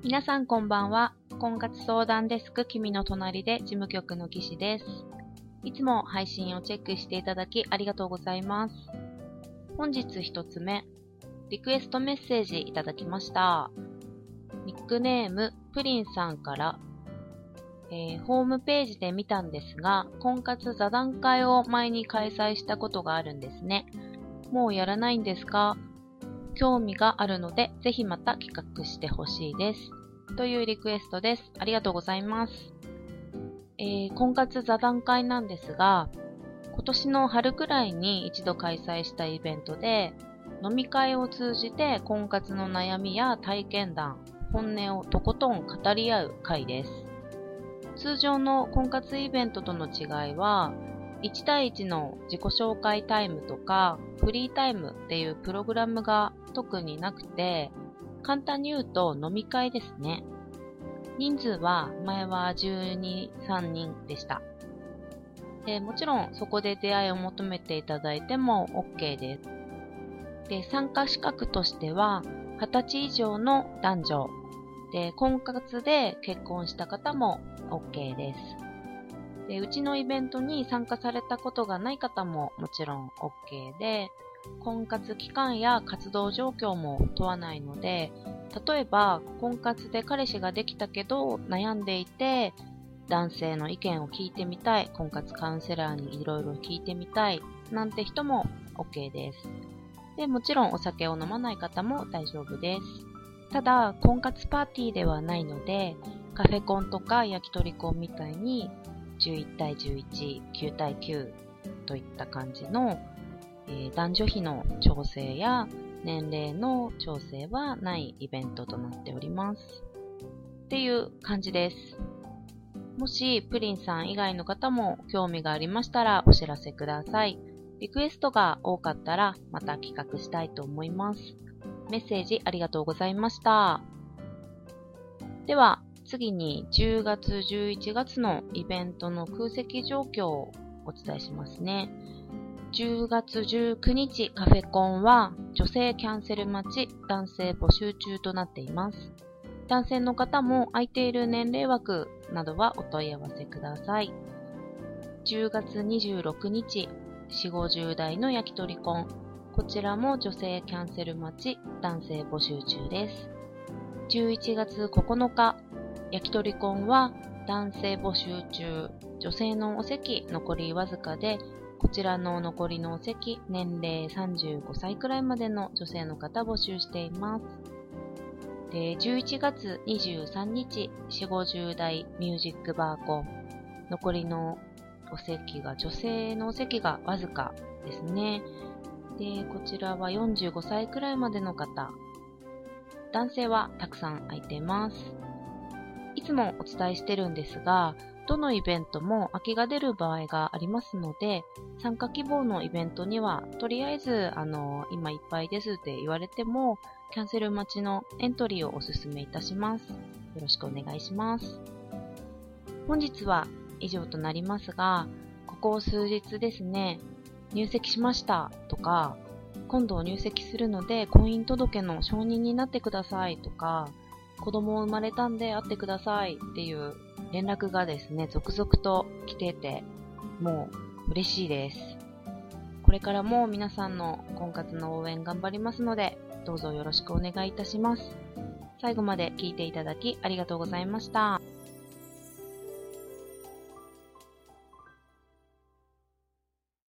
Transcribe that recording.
皆さんこんばんは。婚活相談デスク君の隣で事務局の岸です。いつも配信をチェックしていただきありがとうございます。本日一つ目、リクエストメッセージいただきました。ニックネームプリンさんから、ホームページで見たんですが、婚活座談会を前に開催したことがあるんですね。もうやらないんですか？興味があるので、ぜひまた企画してほしいです。というリクエストです。ありがとうございます。婚活座談会なんですが、今年の春くらいに一度開催したイベントで、飲み会を通じて婚活の悩みや体験談、本音をとことん語り合う会です。通常の婚活イベントとの違いは、1対1の自己紹介タイムとかフリータイムっていうプログラムが特になくて、簡単に言うと飲み会ですね。人数は前は12、3人でした。もちろんそこで出会いを求めていただいても OK です。で、参加資格としては20歳以上の男女で、婚活で結婚した方も OK です。で、うちのイベントに参加されたことがない方ももちろん OK で、婚活期間や活動状況も問わないので、例えば婚活で彼氏ができたけど悩んでいて、男性の意見を聞いてみたい、婚活カウンセラーにいろいろ聞いてみたいなんて人も OK です。で、もちろんお酒を飲まない方も大丈夫です。ただ、婚活パーティーではないので、カフェコンとか焼き鳥コンみたいに11対11、9対9といった感じの、男女比の調整や年齢の調整はないイベントとなっております。っていう感じです。もしプリンさん以外の方も興味がありましたらお知らせください。リクエストが多かったらまた企画したいと思います。メッセージありがとうございました。では次に10月11月のイベントの空席状況をお伝えしますね。10月19日カフェコンは女性キャンセル待ち、男性募集中となっています。男性の方も空いている年齢枠などはお問い合わせください。10月26日、4、50代の焼き鳥コン。こちらも女性キャンセル待ち、男性募集中です。11月9日、焼き鳥コンは男性募集中、女性のお席残りわずかで、こちらの残りのお席、年齢35歳くらいまでの女性の方募集しています。で、11月23日、4、50代ミュージックバーコン。残りのお席が、女性のお席がわずかですね。で、こちらは45歳くらいまでの方。男性はたくさん空いています。いつもお伝えしてるんですが、どのイベントも空きが出る場合がありますので、参加希望のイベントには、とりあえず、今いっぱいですって言われても、キャンセル待ちのエントリーをお勧めいたします。よろしくお願いします。本日は以上となりますが、ここ数日ですね、入籍しましたとか、今度入籍するので婚姻届の承認になってくださいとか、子供生まれたんで会ってくださいっていう連絡がですね、続々と来てて、もう嬉しいです。これからも皆さんの婚活の応援頑張りますので、どうぞよろしくお願いいたします。最後まで聞いていただきありがとうございました。